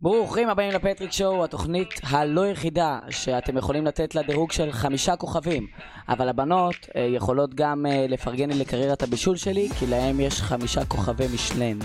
ברוכים הבאים לפטריק שואו, התוכנית הלא יחידה שאתם יכולים לתת לה דירוג של 5 כוכבים, אבל הבנות יכולות גם לפרגן לי לקריירת הבישול שלי, כי להם יש 5 כוכבי משלן.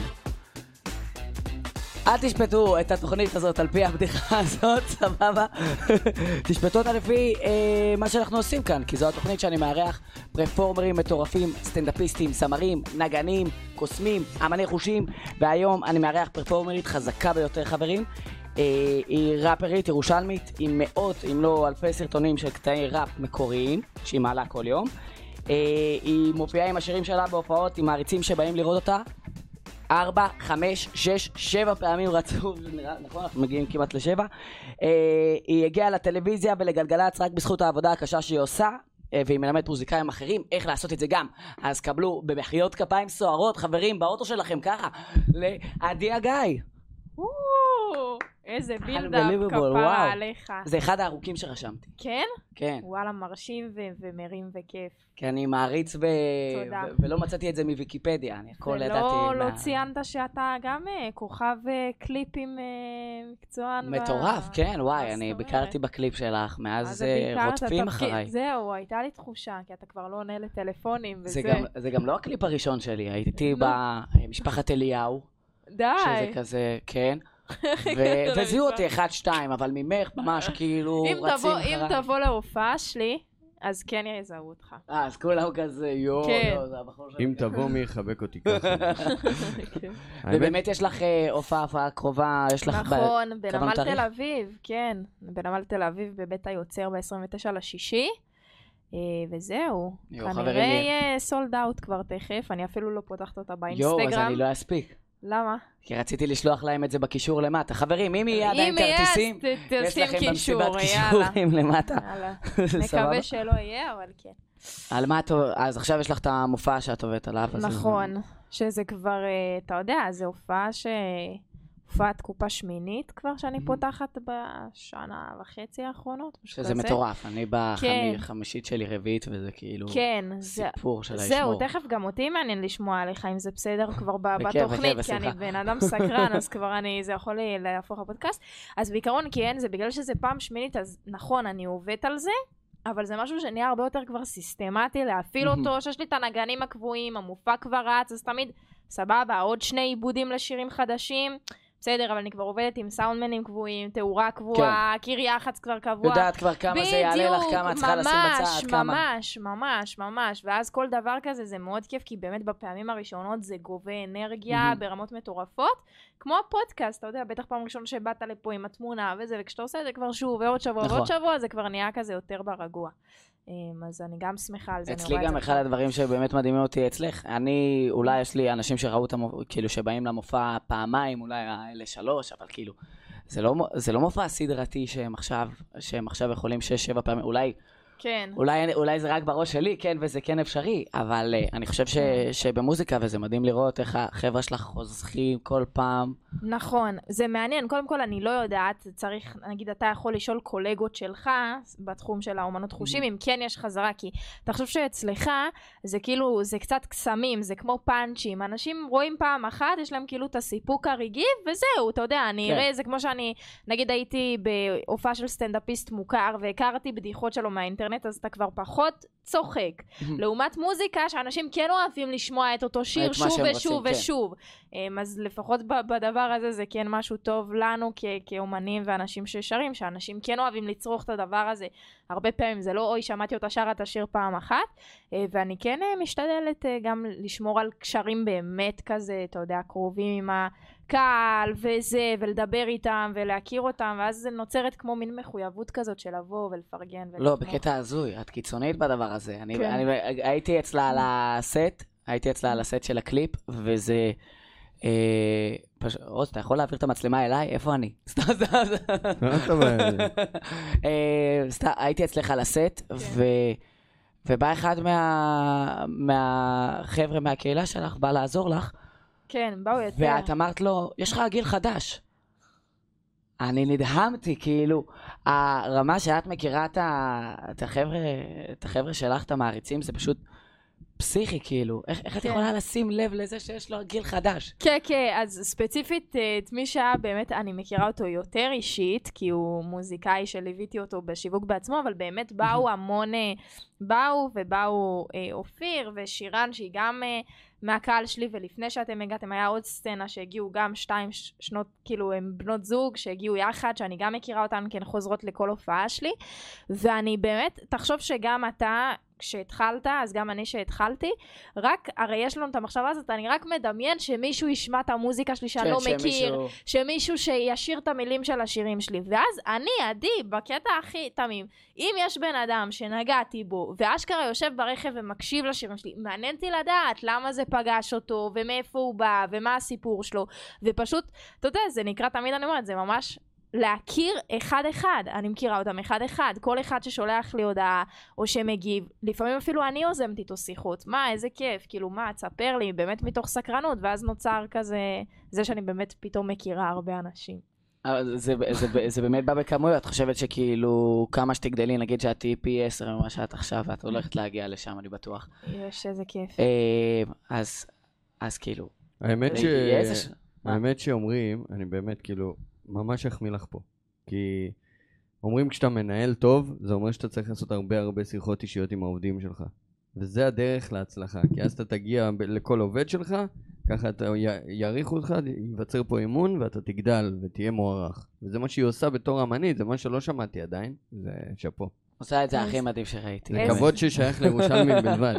אל תשפטו את התוכנית הזאת על פי הבדיחה הזאת, סבבה? תשפטו אותה לפי מה שאנחנו עושים כאן, כי זו התוכנית שאני מארח פרפורמרים מטורפים, סטנדאפיסטים, סמרים, נגנים, קוסמים, אמני חושים, והיום אני מארח פרפורמרית חזקה ביותר, חברים. היא ראפרית ירושלמית עם מאות אם לא אלפי סרטונים של קטעי ראפ מקוריים שהיא מעלה כל יום. היא מופיעה עם השירים שלה בהופעות עם מעריצים שבאים לראות אותה 4, 5, 6, 7 פעמים רצוף, נכון? אנחנו מגיעים כמעט ל7. היא הגיעה לטלוויזיה ולגלגלצ רק בזכות העבודה הקשה שהיא עושה, והיא מלמדת מוזיקאים אחרים איך לעשות את זה גם. אז קבלו במחיאות כפיים סוערות, חברים, באוטו שלכם ככה, לעדי הגיא. איזה בילדאפ כפרה עליך. זה אחד הארוכים שרשמתי. כן? כן. וואלה, מרשים ומרים וכיף. כי אני מעריץ ולא מצאתי את זה מוויקיפדיה. אני הכל ידעתי. ולא ציינת שאתה גם כוכב קליפים מקצוען. מטורף, כן, וואי, אני ביקרתי בקליפ שלך, מאז רודפים אחריי. זהו, הייתה לי תחושה, כי אתה כבר לא עונה לטלפונים וזה. זה גם לא הקליפ הראשון שלי, הייתי במשפחת אליהו. די. שזה כזה, כן. וזיהו אותי 1-2, אבל ממך ממש כאילו רצים אחריי. אם תבוא להופעה שלי, אז כן יזהו אותך. אז כולם כזה, יו, זה הבחור שלי. אם תבוא מי יחבק אותי ככה. ובאמת יש לך הופעה קרובה, יש לך נכון, בנמל תל אביב, כן. בנמל תל אביב בבית היוצר ב-29/6. וזהו, כנראה יהיה סולד אאוט כבר תכף, אני אפילו לא פותחת אותה באינסטגרם. יו, אז אני לא אספיק. למה? כי רציתי לשלוח להם את זה בקישור למטה. חברים, אם יהיה עדיין כרטיסים, יש לכם במסיבת קישורים למטה. מקווה שלא יהיה, אבל כן. על מה את... אז עכשיו יש לך את המופע שאת עובדת עליו. נכון, שזה כבר, אתה יודע, זה הופעה הופעת קופה שמינית כבר שאני פותחת בשנה וחצי האחרונות. שזה מטורף, אני בחמישית שלי רביעית וזה כאילו סיפור של הישמור. זהו, תכף גם אותי מעניין לשמוע עליך אם זה בסדר כבר בתוכנית, כי אני בן אדם סקרן, אז כבר זה יכול להפוך לפודקאסט. אז בעיקרון כי אין, זה בגלל שזה פעם שמינית, אז נכון, אני עובדת על זה, אבל זה משהו שנהיה הרבה יותר כבר סיסטמטי להפעיל אותו, שיש לי את הנגנים הקבועים, המופע כבר רץ, אז תמיד סבבה, עוד 2 עיבודים לשירים חדשים, בסדר, אבל אני כבר עובדת עם סאונדמנים קבועים, תאורה קבועה, קיר יח"צ כבר קבוע. יודעת כבר כמה זה יעלה לך, כמה את צריכה לשים בצד, כמה. ממש. ואז כל דבר כזה זה מאוד כיף, כי באמת בפעמים הראשונות זה גובה אנרגיה ברמות מטורפות. כמו הפודקאסט, אתה יודע, בטח פעם ראשונה שבאת לפה עם התמונה וזה, וכשאתה עושה את זה כבר שוב, ועוד שבוע, ועוד שבוע, זה כבר נהיה כזה יותר ברגוע. אז אני גם שמחה על זה. אצלי גם אחד הדברים שבאמת מדהימים אותי אצלך, אני, אולי יש לי אנשים שראו את המופע, כאילו שבאים למופע פעמיים, אולי אלה 3, אבל כאילו, זה לא מופע סדרתי שהם עכשיו יכולים 6-7 פעמים, כן. אולי זה רק בראש שלי, כן, וזה כן אפשרי, אבל אני חושב שבמוזיקה, וזה מדהים לראות איך החבר'ה שלך חוזכים כל פעם. נכון, זה מעניין. קודם כל, אני לא יודעת, צריך, נגיד, אתה יכול לשאול קולגות שלך, בתחום של האומנות חושים, אם כן יש חזרה, כי אתה חושב שאצלך, זה כאילו, זה קצת קסמים, זה כמו פאנצ'ים. אנשים רואים פעם אחת, יש להם כאילו את הסיפוק הרגעי, וזהו, אתה יודע, אני אראה, זה כמו שאני, נגיד, הייתי בהופעה של סטנדאפיסט מוכר, והכרתי בדיחות שלו מהאינטרנט, אז אתה כבר פחות צוחק. לעומת מוזיקה שאנשים כן אוהבים לשמוע את אותו שיר שוב ושוב ושוב. אז לפחות בדבר הזה זה כן משהו טוב לנו כאומנים ואנשים ששרים, שאנשים כן אוהבים לצרוך את הדבר הזה. הרבה פעמים זה לא, אוי, שמעתי אותה שרה את השיר פעם אחת, ואני כן משתדלת גם לשמור על קשרים באמת כזה, אתה יודע, קרובים עם הקהל וזה, ולדבר איתם ולהכיר אותם, ואז זה נוצרת כמו מין מחויבות כזאת של לבוא ולפרגן. לא, בקטע הזוי, את קיצונית בדבר הזה. אני הייתי אצלה על הסט של הקליפ, וזה... רוז, אתה יכול להעביר את המצלמה אליי? איפה אני? הייתי אצלך על הסט, ובא אחד מהחבר'ה מהקהילה שלך, בא לעזור לך, כן, באו יותר. ואת אמרת לו, יש לך גיל חדש. אני נדהמתי, כאילו, הרמה שאת מכירה את החבר'ה שלך, את המעריצים, זה פשוט פסיכי, כאילו. איך את יכולה לשים לב לזה שיש לו גיל חדש? כן, כן, אז ספציפית את מי שהיה באמת, אני מכירה אותו יותר אישית, כי הוא מוזיקאי שליוויתי אותו בשיווק בעצמו, אבל באמת באו המון, באו אופיר ושירן, שהיא גם מהקהל שלי, ולפני שאתם הגעתם היה עוד סצנה שהגיעו גם 2 שנות, כאילו הם בנות זוג שהגיעו יחד, שאני גם מכירה אותן, כי הן חוזרות לכל הופעה שלי, ואני באמת, תחשוב שגם אתה, כשהתחלת, אז גם אני שהתחלתי, רק, הרי יש לנו את המחשבה הזאת, אני רק מדמיין שמישהו ישמע את המוזיקה שלי שאני לא מכיר, שמישהו שישיר את המילים של השירים שלי, ואז אני, עדי, בקטע הכי תמים, אם יש בן אדם שנגעתי בו, ואשכרה יושב ברכב ומקשיב לשירים שלי, מעניינתי לדעת למה זה פגש אותו, ומאיפה הוא בא, ומה הסיפור שלו, ופשוט, אתה יודע, זה נקרא, תמיד אני אומרת, זה ממש להכיר אחד-אחד, אני מכירה אותם אחד-אחד, כל אחד ששולח לי הודעה או שמגיב, לפעמים אפילו אני עוזמת איתו שיחות, מה, איזה כיף, כאילו מה, תספר לי, באמת מתוך סקרנות, ואז נוצר כזה, זה שאני באמת פתאום מכירה הרבה אנשים. זה באמת בא בכמויות, את חושבת שכאילו כמה שתגדלי, נגיד שאת תהי פי 10 ממה שאת עכשיו, ואת הולכת להגיע לשם, אני בטוח. יש איזה כיף. אז כאילו... האמת שאומרים, אני באמת כאילו... ממש אחמיא לך פה, כי אומרים כשאתה מנהל טוב, זה אומר שאתה צריך לעשות הרבה שיחות אישיות עם העובדים שלך, וזה הדרך להצלחה, כי אז אתה תגיע לכל עובד שלך, ככה אתה יעריכו אותך, ייווצר פה אמון, ואתה תגדל ותהיה מוערך, וזה מה שהיא עושה בתור אמנית, זה מה שלא שמעתי עדיין, זה שפו. עושה את זה הכי מדהים שראיתי. זה כבוד ששייך לירושלמים בלבד.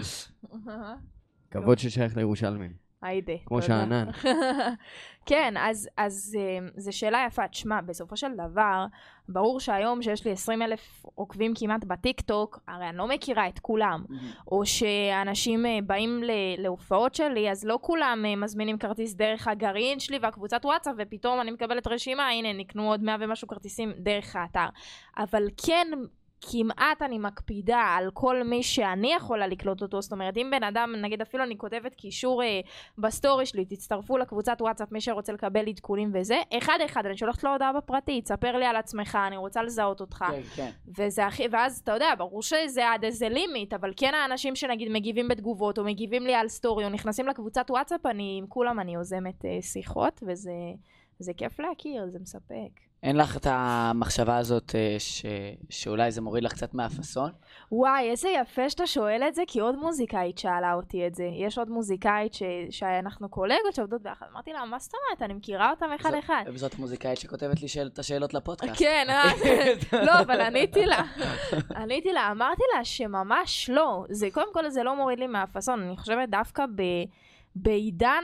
כבוד ששייך לירושלמים. היידה. כמו שענן. כן, אז זו שאלה יפה. תשמע, בסופו של דבר, ברור שהיום שיש לי 20,000 עוקבים כמעט בטיק-טוק, הרי אני לא מכירה את כולם. או שאנשים באים להופעות שלי, אז לא כולם מזמינים כרטיס דרך הגרעין שלי והקבוצת וואטסאפ, ופתאום אני מקבלת רשימה, הנה, נקנו עוד 100 ומשהו כרטיסים דרך האתר. אבל כן... כמעט אני מקפידה על כל מי שאני יכולה לקלוט אותו, זאת אומרת, אם בן אדם, נגיד אפילו אני כותבת קישור בסטורי שלי, תצטרפו לקבוצת וואטסאפ, מי שרוצה לקבל עדכונים וזה, אחד, אני שולחת לו הודעה בפרטי, תספר לי על עצמך, אני רוצה לזהות אותך. כן. ואז אתה יודע, ברור שזה עד איזה לימיט, אבל כן האנשים שנגיד מגיבים בתגובות, או מגיבים לי על סטורי, או נכנסים לקבוצת וואטסאפ, עם כולם אני יוזמת שיחות, וזה כיף להכיר, זה מספק. אין לך את המחשבה הזאת שאולי זה מוריד לך קצת מהפסון? וואי, איזה יפה שאתה שואל את זה, כי עוד מוזיקאית שאלה אותי את זה. יש עוד מוזיקאית שאנחנו קולגות שעובדות ביחד. אמרתי לה, מה זאת אומרת? אני מכירה אותם אחד-אחד. וזאת מוזיקאית שכותבת לי את השאלות לפודקאסט. כן, לא, אבל עניתי לה, אמרתי לה שממש לא. קודם כל זה לא מוריד לי מהפסון. אני חושבת דווקא בעידן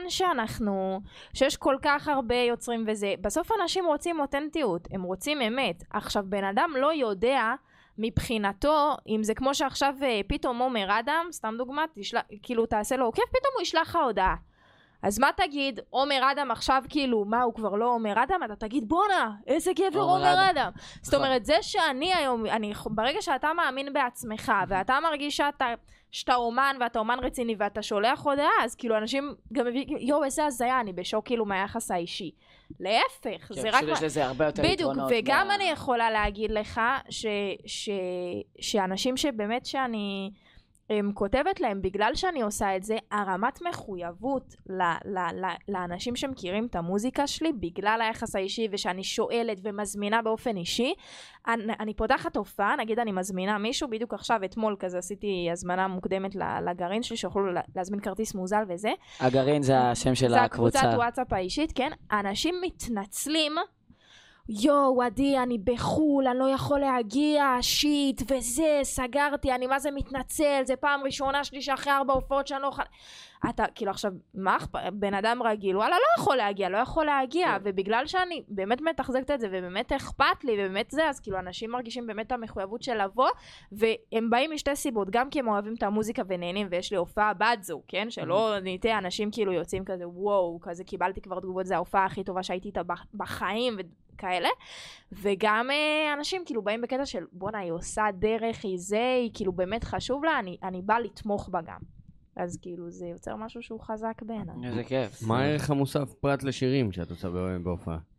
שיש כל כך הרבה יוצרים וזה, בסוף אנשים רוצים אותנטיות, הם רוצים אמת. עכשיו, בן אדם לא יודע מבחינתו, אם זה כמו שעכשיו פתאום עומר אדם, סתם דוגמא, כאילו תעשה לו עוקב, פתאום הוא ישלח לך הודעה. אז מה תגיד, עומר אדם עכשיו כאילו, מה הוא כבר לא עומר אדם? אתה תגיד, בונה, איזה גבר עומר אדם. זאת אומרת, זה שאני היום, ברגע שאתה מאמין בעצמך, ואתה מרגיש שאתה אומן, ואתה אומן רציני, ואתה שולח הודעה, אז כאילו אנשים גם מביאים, יו, איזה הזיה, אני בשוק כאילו מהיחס האישי. להפך, זה רק... יש לזה הרבה יותר יתרונות. בדיוק, וגם אני יכולה להגיד לך, שאנשים שבאמת שאני... כותבת להם, בגלל שאני עושה את זה, הרמת מחויבות לאנשים שמכירים את המוזיקה שלי, בגלל היחס האישי, ושאני שואלת ומזמינה באופן אישי, אני פותחת הופעה, נגיד אני מזמינה מישהו, בדיוק עכשיו, אתמול כזה עשיתי הזמנה מוקדמת לגרעין שלי, שיוכלו להזמין כרטיס מוזל וזה. הגרעין זה השם של הקבוצה. זה הקבוצת וואטסאפ האישית, כן. אנשים מתנצלים, יו, עדי, אני בחול, אני לא יכול להגיע, שיט, וזה, סגרתי, אני מה זה מתנצל, זה פעם ראשונה שלי שאחרי 4 הופעות שאני לא יכול... אתה, כאילו עכשיו, מה בן אדם רגיל, וואלה, לא יכול להגיע, ובגלל שאני באמת מתחזקת את זה, ובאמת אכפת לי, ובאמת זה, אז כאילו אנשים מרגישים באמת את המחויבות של לבוא, והם באים משתי סיבות, גם כי הם אוהבים את המוזיקה ונהנים, ויש לי הופעה בת זו, כן? שלא ניתן, אנשים כאילו יוצאים כזה, וואו, כזה קיבלתי כבר תגובות, זה ההופעה הכי טובה שהייתי איתה בחיים, כאלה, וגם אנשים כאילו באים בקטע של בונה, היא עושה דרך, היא כאילו באמת חשוב לה, אני באה לתמוך בה גם. אז כאילו זה יוצר משהו שהוא חזק בעיניי. איזה כיף. מה הערך המוסף פרט לשירים שאת עושה בהופעה?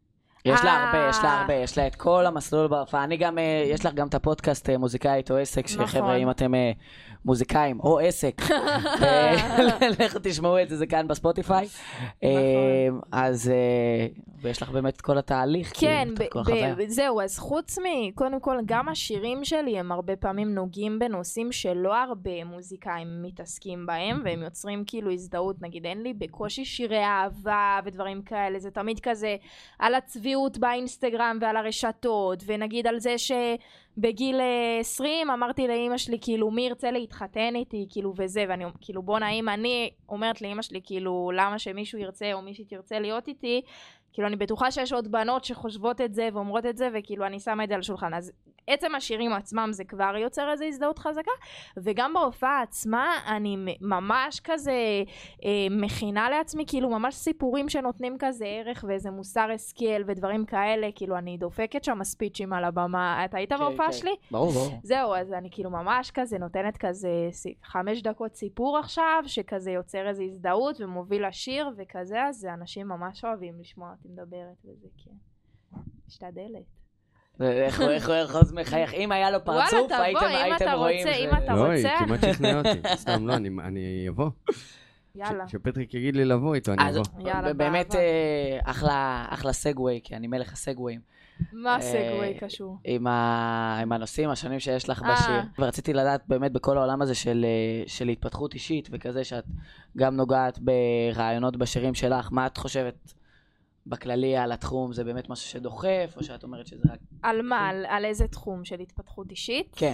יש לה הרבה, יש לה את כל המסלול בהופעה. אני גם, יש לך גם את הפודקאסט מוזיקאית או עסק, שחבר'ה, אם אתם מוזיקאים או עסק, לכו תשמעו את זה, זה כאן בספוטיפיי. אז, ויש לך באמת את כל התהליך. כן, זהו, אז חוץ קודם כל, גם השירים שלי הם הרבה פעמים נוגעים בנושאים שלא הרבה מוזיקאים מתעסקים בהם, והם יוצרים כאילו הזדהות, נגיד אין לי בקושי שירי אהבה ודברים כאלה, זה תמיד כזה על הצביעות באינסטגרם ועל הרשתות, ונגיד על זה שבגיל 20 אמרתי לאמא שלי כאילו מי ירצה להתחתן איתי כאילו וזה, ואני כאילו בוא נעים, אני אומרת לאמא שלי כאילו למה שמישהו ירצה או מישהי תרצה להיות איתי, כאילו אני בטוחה שיש עוד בנות שחושבות את זה ואומרות את זה, וכאילו אני שמה את זה על שולחן. אז עצם השירים עצמם זה כבר יוצר איזו הזדהות חזקה, וגם בהופעה עצמה אני ממש כזה מכינה לעצמי, כאילו ממש סיפורים שנותנים כזה ערך ואיזה מוסר השכל ודברים כאלה, כאילו אני דופקת שם ספיצ'ים על הבמה. אתה היית בהופעה שלי? ברור. זהו, אז אני כאילו ממש כזה נותנת כזה 5 דקות סיפור עכשיו, שכזה יוצר איזו הזדהות ומוביל לשיר וכזה, אז אנשים ממש אוהבים לשמוע אותי מדברת וזה, כן. משתדלת. איך חוז מחייך, אם היה לו פרצוף, הייתם רואים לא, היא כמעט שכנעה אותי, סתם לא, אני אבוא. יאללה. שפטריק יגיד לי לבוא איתו, אני אבוא. באמת אחלה סגווי, כי אני מלך הסגוויים. מה סגווי קשור? עם הנושאים השונים שיש לך בשיר. ורציתי לדעת באמת בכל העולם הזה של התפתחות אישית וכזה, שאת גם נוגעת ברעיונות בשירים שלך, מה את חושבת בכללי על התחום? זה באמת משהו שדוחף, או שאת אומרת שזה רק... על מה? על איזה תחום של התפתחות אישית? כן.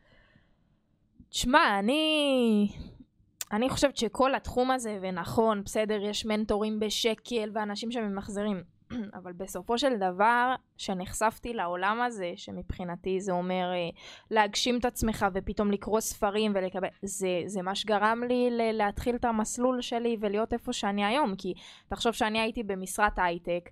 תשמע, אני חושבת שכל התחום הזה, ונכון, בסדר, יש מנטורים בשקל ואנשים שממחזרים, אבל בסופו של דבר, שנחשפתי לעולם הזה, שמבחינתי זה אומר להגשים את עצמך ופתאום לקרוא ספרים ולקבל, זה מה שגרם לי להתחיל את המסלול שלי ולהיות איפה שאני היום, כי תחשוב שאני הייתי במשרת הייטק,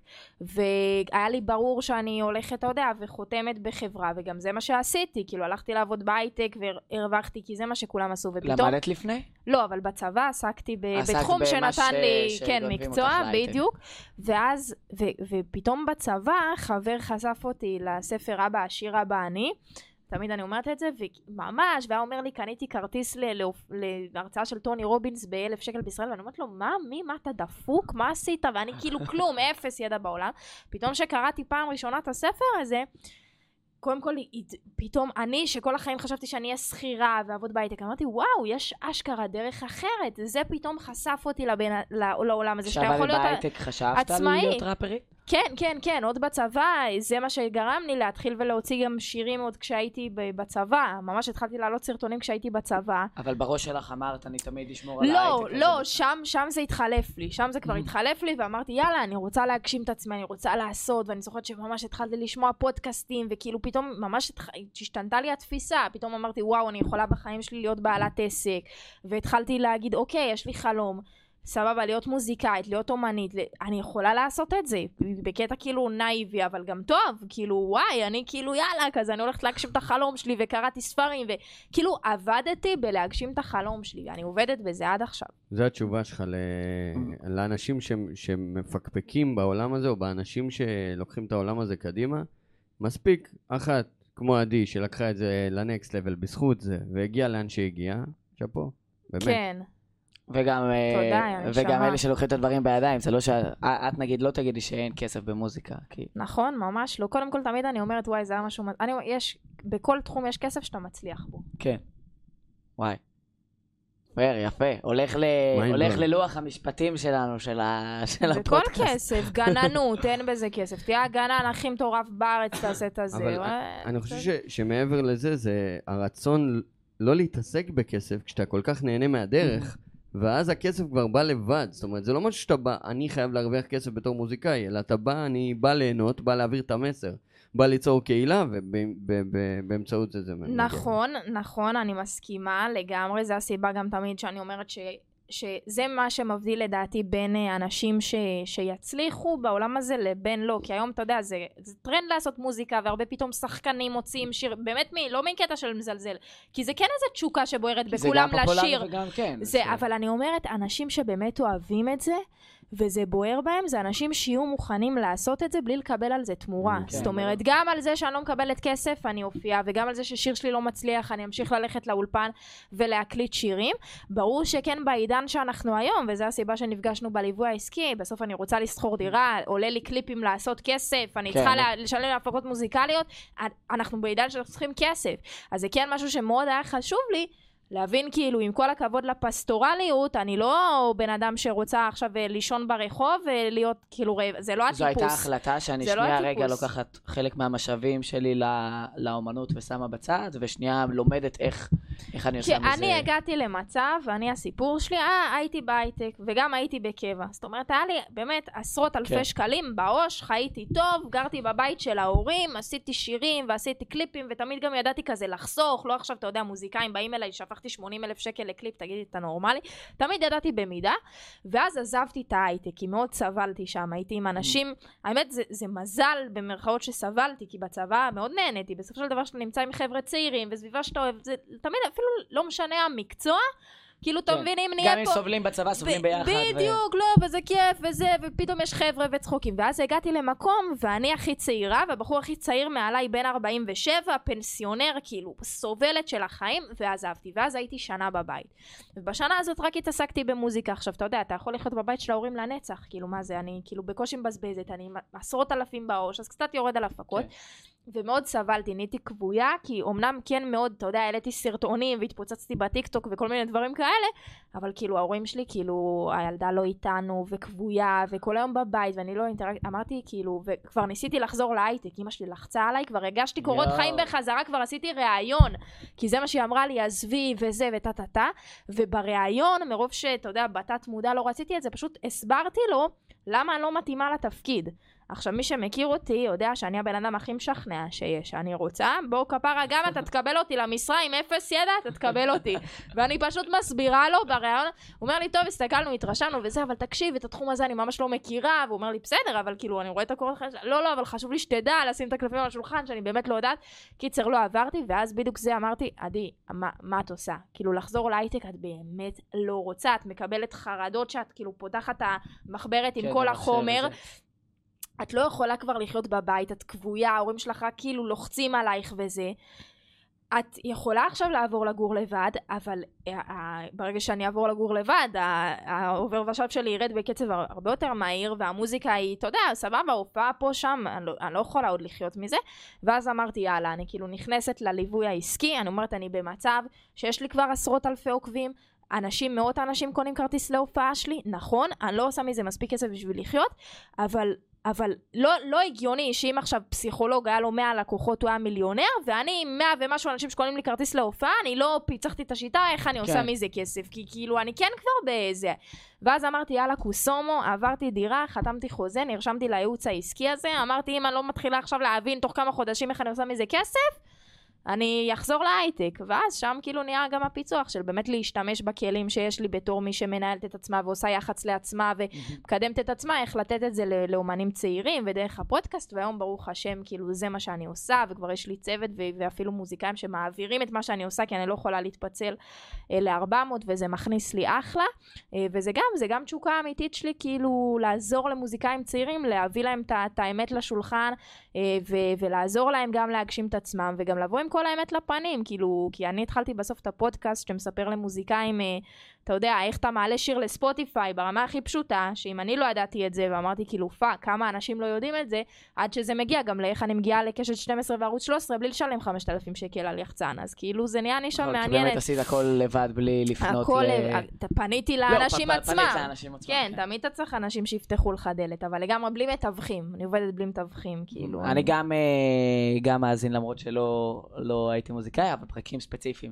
והיה לי ברור שאני הולכת, אתה יודע, וחותמת בחברה, וגם זה מה שעשיתי, כאילו הלכתי לעבוד בהייטק והרווחתי, כי זה מה שכולם עשו, ופתאום... למדת לפני? לא, אבל בצבא עסקתי בתחום שנתן לי, כן, מקצוע, בדיוק, ואז, ופתאום בצבא חבר חשף אותי לספר אבא עשיר אבא אני, תמיד אני אומרת את זה, וממש, והיה אומר לי, קניתי כרטיס להרצאה של טוני רובינס ב1,000 שקל בישראל, ואני אומרת לו, מה אתה דפוק? מה עשית? ואני כאילו כלום, 0 ידע בעולם. פתאום שקראתי פעם ראשונה את הספר הזה, קודם כל, פתאום אני, שכל החיים חשבתי שאני אהיה שכירה ועבוד בהייטק, אמרתי, וואו, יש אשכרה דרך אחרת. זה פתאום חשף אותי לעולם הזה, שאתה יכול להיות עצמאי. בהייטק חשבת על להיות ראפרית? כן, עוד בצבא, זה מה שגרם לי להתחיל ולהוציא גם שירים עוד כשהייתי בצבא. ממש התחלתי לעלות סרטונים כשהייתי בצבא. אבל בראש שלך אמרת, אני תמיד אשמור על ההייטק. לא, שם זה התחלף לי. שם זה כבר התחלף לי, ואמרתי, יאללה, אני רוצה להגשים את עצמי, אני רוצה לעשות, ואני זוכרת שממש התחלתי לשמוע פודקאסטים, וכאילו פתאום ממש השתנתה לי התפיסה. פתאום אמרתי, וואו, אני יכולה בחיים שלי להיות בעלת עסק. והתחלתי להגיד, אוקיי, יש לי חלום. סבבה, להיות מוזיקאית, להיות אומנית, אני יכולה לעשות את זה, בקטע כאילו נייבי, אבל גם טוב, כאילו וואי, אני כאילו יאללה, כזה אני הולכת להגשים את החלום שלי, וקראתי ספרים, וכאילו עבדתי בלהגשים את החלום שלי, ואני עובדת בזה עד עכשיו. זו התשובה שלך לאנשים שמפקפקים בעולם הזה, או באנשים שלוקחים את העולם הזה קדימה, מספיק אחת, כמו עדי, שלקחה את זה לנקסט לבל בזכות זה, והגיעה לאן שהגיעה, שפה, באמת. כן. וגם אלה שלוקחים את הדברים בידיים, זה לא שאת נגיד לא תגידי שאין כסף במוזיקה. נכון, ממש לא. קודם כל תמיד אני אומרת, וואי, זה היה משהו, בכל תחום יש כסף שאתה מצליח בו. כן. וואי. יפה. הולך ללוח המשפטים שלנו, של הפודקאסט. בכל כסף, גננות, אין בזה כסף. תהיה הגנן הכי מטורף בארץ, תעשה את הזה. אבל אני חושב שמעבר לזה, זה הרצון לא להתעסק בכסף, כשאתה כל כך נהנה מהדרך, ואז הכסף כבר בא לבד. זאת אומרת, זה לא משהו שאתה בא, אני חייב להרוויח כסף בתור מוזיקאי, אלא אתה בא, אני בא ליהנות, בא להעביר את המסר, בא ליצור קהילה, ובאמצעות זה מגיע. נכון, אני מסכימה לגמרי, זה הסיבה גם תמיד שאני אומרת שזה מה שמבדיל לדעתי בין אנשים שיצליחו בעולם הזה לבין לא, כי היום אתה יודע, זה טרנד לעשות מוזיקה, והרבה פתאום שחקנים מוצאים שיר, באמת לא מקטע של מזלזל, כי זה כן איזה תשוקה שבוערת בכולם לשיר. וגם כן. אבל אני אומרת, אנשים שבאמת אוהבים את זה, וזה בוער בהם, זה אנשים שיהיו מוכנים לעשות את זה בלי לקבל על זה תמורה. זאת אומרת, גם על זה שאני לא מקבלת כסף, אני אופיע, וגם על זה ששיר שלי לא מצליח, אני אמשיך ללכת לאולפן ולהקליט שירים. ברור שכן בעידן שאנחנו היום, וזו הסיבה שנפגשנו בליווי העסקי, בסוף אני רוצה לסחור דירה, עולה לי קליפים לעשות כסף, אני צריכה לשלם להפקות מוזיקליות, אנחנו בעידן שאנחנו צריכים כסף. אז זה כן משהו שמאוד היה חשוב לי, להבין כאילו עם כל הכבוד לפסטורליות, אני לא בן אדם שרוצה עכשיו לישון ברחוב ולהיות כאילו רעב, זה לא הטיפוס. זו הייתה החלטה שאני שנייה רגע לוקחת חלק מהמשאבים שלי לאומנות ושמה בצד, ושנייה לומדת איך אני עושה מזה. כי אני הגעתי למצב, ואני הסיפור שלי, הייתי בהייטק וגם הייתי בקבע. זאת אומרת, היה לי באמת עשרות אלפי שקלים בעו"ש, חייתי טוב, גרתי בבית של ההורים, עשיתי שירים ועשיתי קליפים, ותמיד גם ידעתי כזה לחסוך, לא עכשיו אתה יודע, מוזיקאים באים אליי, שפכתי 80,000 שקל לקליפ, תגידי, אתה נורמלי? תמיד ידעתי במידה, ואז עזבתי את ההייטק, כי מאוד סבלתי שם, הייתי עם אנשים, האמת זה מזל במרכאות שסבלתי, כי בצבא מאוד נהניתי, בסופו של דבר שאתה נמצא עם חבר'ה צעירים, וסביבה שאתה אוהב, זה תמיד אפילו לא משנה המקצוע, כאילו אתה מבין אם נהיה פה... גם אם סובלים בצבא, סובלים ביחד. בדיוק, לא, וזה כיף, וזה, ופתאום יש חבר'ה וצחוקים. ואז הגעתי למקום, ואני הכי צעירה, והבחור הכי צעיר מעליי בן 47, פנסיונר, כאילו, סובלת של החיים, ועזבתי. ואז הייתי שנה בבית. ובשנה הזאת רק התעסקתי במוזיקה. עכשיו, אתה יודע, אתה יכול לחיות בבית של ההורים לנצח. כאילו, מה זה? אני כאילו בקושי מבזבזת, אני עשרות אלפים בעו"ש, אז קצת יורד על הפקות. ומאוד סבלתי, נהייתי כבויה, כי אומנם כן מאוד, אתה יודע, העליתי סרטונים והתפוצצתי בטיקטוק וכל מיני דברים כאלה, אבל כאילו ההורים שלי, כאילו הילדה לא איתנו וכבויה וכל היום בבית ואני לא אמרתי כאילו, וכבר ניסיתי לחזור להייטק, אמא שלי לחצה עליי, כבר הגשתי קורות חיים בחזרה, כבר עשיתי ראיון, כי זה מה שהיא אמרה לי, עזבי וזה וטטטה, ובראיון, מרוב שאתה יודע, בתת מודע לא רציתי את זה, פשוט הסברתי לו למה אני לא מתאימה לתפקיד. עכשיו, מי שמכיר אותי יודע שאני הבן אדם הכי משכנע שיש. אני רוצה, בוא כפרה גם אתה תקבל אותי למשרה עם 0 ידע, אתה תקבל אותי. ואני פשוט מסבירה לו בראיון, הוא אומר לי, טוב, הסתכלנו, התרשמנו וזה, אבל תקשיב, את התחום הזה אני ממש לא מכירה, והוא אומר לי, בסדר, אבל כאילו, אני רואה את הקורות חיים, לא, אבל חשוב לי שתדע, לשים את הקלפים על השולחן, שאני באמת לא יודעת. קיצר, לא עברתי, ואז בדיוק זה אמרתי, עדי, מה את עושה? כאילו, לחזור להייטק, את באמת לא רוצה, את מקבלת חרדות שאת כאילו פותחת המחברת עם כל החומר. את לא יכולה כבר לחיות בבית, את כבויה, ההורים שלך כאילו לוחצים עלייך וזה. את יכולה עכשיו לעבור לגור לבד, אבל ברגע שאני אעבור לגור לבד, העובר ושב שלי ירד בקצב הרבה יותר מהיר, והמוזיקה היא, אתה יודע, סבבה, הופעה פה שם, אני לא יכולה עוד לחיות מזה. ואז אמרתי, יאללה, אני כאילו נכנסת לליווי העסקי, אני אומרת, אני במצב שיש לי כבר עשרות אלפי עוקבים, מאות אנשים קונים כרטיס להופעה שלי, נכון, אני לא עושה מזה מספיק כסף בשביל לחיות, אבל לא הגיוני שאם עכשיו פסיכולוג היה לו 100 לקוחות, הוא היה מיליונר, ואני 100 ומשהו אנשים שקונים לי כרטיס להופעה, אני לא פיצחתי את השיטה, איך אני עושה מזה כסף, כי כאילו אני כן כבר בזה. ואז אמרתי, יאללה קוסומו, עברתי דירה, חתמתי חוזה, נרשמתי לייעוץ העסקי הזה, אמרתי, אם אני לא מתחילה עכשיו להבין תוך כמה חודשים איך אני עושה מזה כסף, אני אחזור להייטק, ואז שם כאילו נהיה גם הפיצוח של באמת להשתמש בכלים שיש לי בתור מי שמנהלת את עצמה ועושה יחץ לעצמה ומקדמת את עצמה, איך לתת את זה לאומנים צעירים ודרך הפודקאסט, והיום ברוך השם כאילו זה מה שאני עושה, וכבר יש לי צוות ואפילו מוזיקאים שמעבירים את מה שאני עושה, כי אני לא יכולה להתפצל ל-400 וזה מכניס לי אחלה, וזה גם תשוקה אמיתית שלי כאילו לעזור למוזיקאים צעירים, להביא להם את האמת לשולחן ולעזור להם גם להגשים את עצמם וגם לבוא עם כל האמת לפנים, כאילו, כי אני התחלתי בסוף את הפודקאסט שמספר למוזיקאים, אתה יודע, איך אתה מעלה שיר לספוטיפיי ברמה הכי פשוטה, שאם אני לא ידעתי את זה, ואמרתי כאילו, כמה אנשים לא יודעים את זה, עד שזה מגיע גם לאיך אני מגיעה לקשת 12 וערוץ 13, בלי לשלם 5,000 שקל על יחצן, אז כאילו זה נהיה נישה מעניינת. כי באמת עשית הכל לבד, בלי לפנות פניתי לאנשים עצמם. כן, תמיד אתה צריך אנשים שיפתחו לך דלת, אבל לגמרי בלי מתווכים, אני עובדת בלי מתווכים, כאילו. אני גם מאזין, למרות שלא הייתי מוזיקאי, אבל פרקים ספציפיים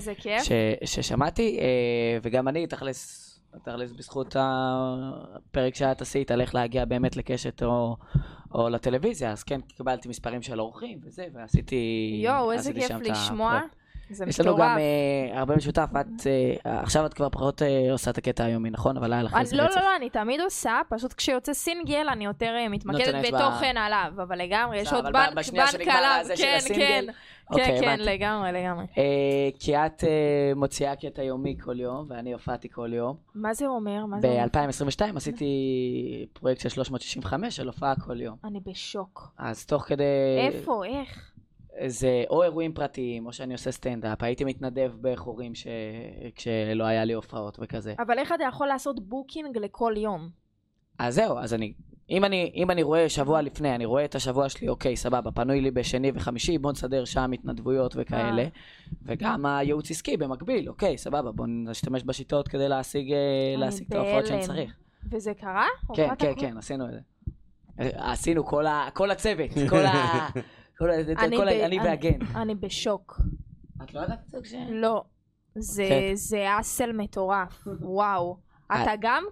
ששמעתי, וגם אני תכלס בזכות הפרק שאת עשית, על איך להגיע באמת לקשת או לטלוויזיה, אז כן, קיבלתי מספרים של אורחים וזה, ועשיתי יואו, איזה כיף לשמוע. זה יש לנו מטורף. גם הרבה משותף, עכשיו את כבר פחות עושה את הקטע היומי, נכון? אבל היה לך איזה רצף. לא, אני תמיד עושה, פשוט כשיוצא סינגל אני יותר מתמקדת נותנת בתוכן עליו, אבל לגמרי, יש עוד אבל בשנייה בנק שנגמר עליו, הזה של כן, הסינגל, אוקיי, כן, הבנתי. לגמרי. כי את מוציאה קטע יומי כל יום, ואני הופעתי כל יום. מה זה אומר? ב-2022 עשיתי פרויקט של 365 של הופעה כל יום. אני בשוק. אז תוך כדי... איפה? איך? זה או אירועים פרטיים, או שאני עושה סטנדאפ. הייתי מתנדב בחורים כשלא היה לי הופעות וכזה. אבל איך אתה יכול לעשות בוקינג לכל יום? אז זהו, אז אם אני רואה שבוע לפני, אני רואה את השבוע שלי, אוקיי, סבבה, פנוי לי בשני וחמישי, בוא נסדר שם התנדבויות וכאלה, וגם הייעוץ עסקי במקביל, אוקיי, סבבה, בוא נשתמש בשיטות כדי להשיג את ההופעות שאני צריך. וזה קרה? כן, עשינו את זה. עשינו כל הצוות, אני והגן. אני בשוק. את לא יודעת את זה? לא. זה אסל מטורף, וואו. אתה גם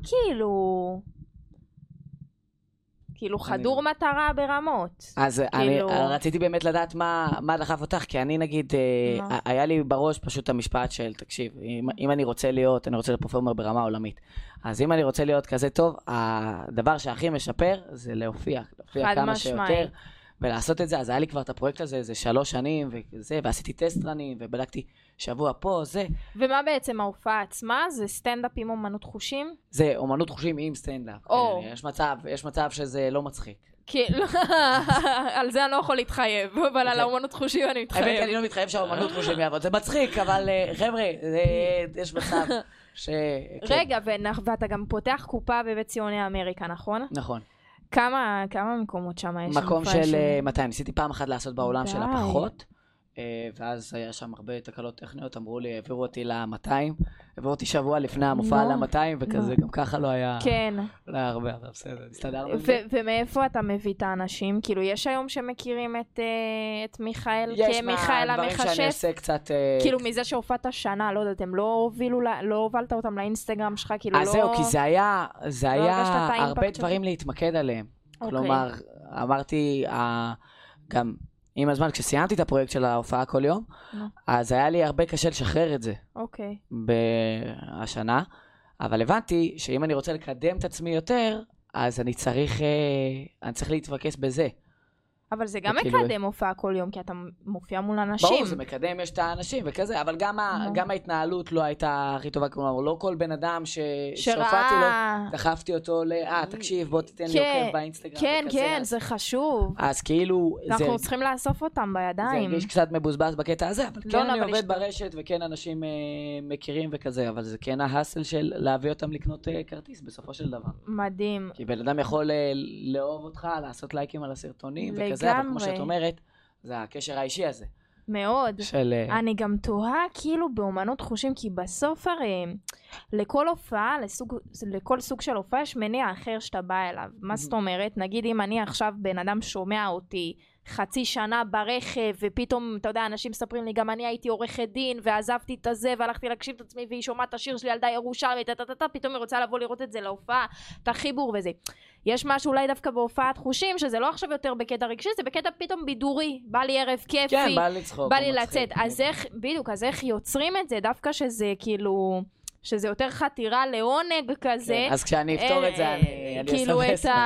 כאילו חדור מטרה ברמות. אז אני רציתי באמת לדעת מה דחף אותך, כי אני נגיד, היה לי בראש פשוט המשפט של, תקשיב, אם אני רוצה להיות פרפורמר ברמה עולמית, אז אם אני רוצה להיות כזה טוב, הדבר שהכי משפר זה להופיע כמה שיותר, ולעשות את זה. אז היה לי כבר את הפרויקט הזה, זה 3 שנים וזה, ועשיתי טסט רנים, ובדקתי שבוע פה, זה. ומה בעצם ההופעה עצמה? זה סטנדאפ עם אומנות חושים? זה אומנות חושים עם סטנדאפ. יש מצב שזה לא מצחיק. על זה אני לא יכול להתחייב, אבל על האומנות חושים אני מתחייב. האמת, אני לא מתחייב שהאומנות חושים יעבוד. זה מצחיק, אבל חבר'ה, יש מצב ש... רגע, ואתה גם פותח קופה בבית ציוני אמריקה, נכון? נכון. כמה מקומות שם יש? מקום של 200. ניסיתי פעם אחת לעשות בעולם של הפחות, ואז היה שם הרבה תקלות טכניות, אמרו לי, העבירו אותי ל-200, העבירו אותי שבוע לפני המופע ל-200, וכזה, גם ככה לא היה הרבה, אבל בסדר, הסתדרנו. ומאיפה אתה מביא את האנשים? כאילו, יש היום שמכירים את מיכאל כמיכאל המחשף? יש דברים שאני עושה קצת... כאילו, מזה שהופעת שנה, לא יודעת, הם לא הובלת אותם לאינסטגרם שלך, כאילו לא... אז זהו, כי זה היה הרבה דברים להתמקד עליהם. כלומר, אמרתי, גם... עם הזמן, כשסיימתי את הפרויקט של ההופעה כל יום, אז היה לי הרבה קשה לשחרר את זה. אוקיי. בשנה, אבל הבנתי שאם אני רוצה לקדם את עצמי יותר, אז אני צריך להתפקס בזה. אבל זה גם מקדם הופעה כל יום, כי אתה מופיע מול אנשים. ברור, זה מקדם, יש את האנשים וכזה, אבל גם ההתנהלות לא הייתה הכי טובה, כלומר, לא כל בן אדם שהופעתי לו, דחפתי אותו תקשיב, בוא תיתן לי עוקב באינסטגרם וכזה. כן, זה חשוב. אז כאילו... אנחנו צריכים לאסוף אותם בידיים. זה הרגיש קצת מבוזבז בקטע הזה, אבל כן אני עובד ברשת, וכן אנשים מכירים וכזה, אבל זה כן ההסל של להביא אותם לקנות כרטיס בסופו של דבר. מדהים. כי בן אדם יכול לאהוב אותך, לעשות לייקים על הסרטונים וכזה, אבל כמו שאת אומרת, זה הקשר האישי הזה. מאוד. אני גם תוהה כאילו באומנות חושים, כי בסוף הרי לכל הופעה, לכל סוג של הופעה יש מניע אחר שאתה בא אליו. מה זאת אומרת? נגיד אם אני עכשיו בן אדם שומע אותי חצי שנה ברכב, ופתאום, אתה יודע, אנשים מספרים לי, גם אני הייתי עורכת דין, ועזבתי את הזה, והלכתי להקשיב את עצמי, והיא שומעת את השיר שלי, ילדה ירושלמית, פתאום היא רוצה לבוא לראות את זה להופעה, את החיבור וזה. יש משהו אולי דווקא בהופעת חושים, שזה לא עכשיו יותר בקטע רגשי, זה בקטע פתאום בידורי, בא לי ערב כיפי, כן, בא לי צחוק, בא לי לצאת. אז איך, בדיוק, אז איך יוצרים את זה? דווקא שזה כאילו... שזה יותר חתירה לעונג כזה. כן, אז כשאני אפתור את זה, אני כאילו